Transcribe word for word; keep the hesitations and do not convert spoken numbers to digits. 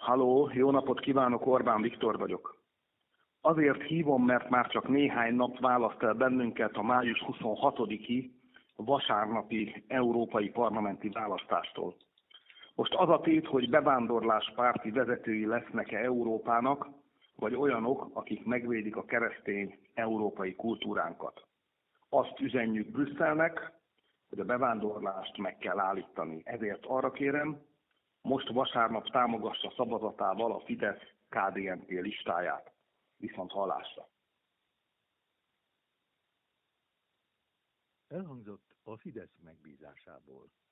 Halló, jó napot kívánok, Orbán Viktor vagyok. Azért hívom, mert már csak néhány nap választ el bennünket a május huszonhatodiki vasárnapi európai parlamenti választástól. Most az a tét, hogy bevándorláspárti vezetői lesznek-e Európának, vagy olyanok, akik megvédik a keresztény európai kultúránkat. Azt üzenjük Brüsszelnek, hogy a bevándorlást meg kell állítani. Ezért arra kérem, most vasárnap támogassa szavazatával a Fidesz-ká dé en pé listáját. Viszont hallásra. Elhangzott a Fidesz megbízásából.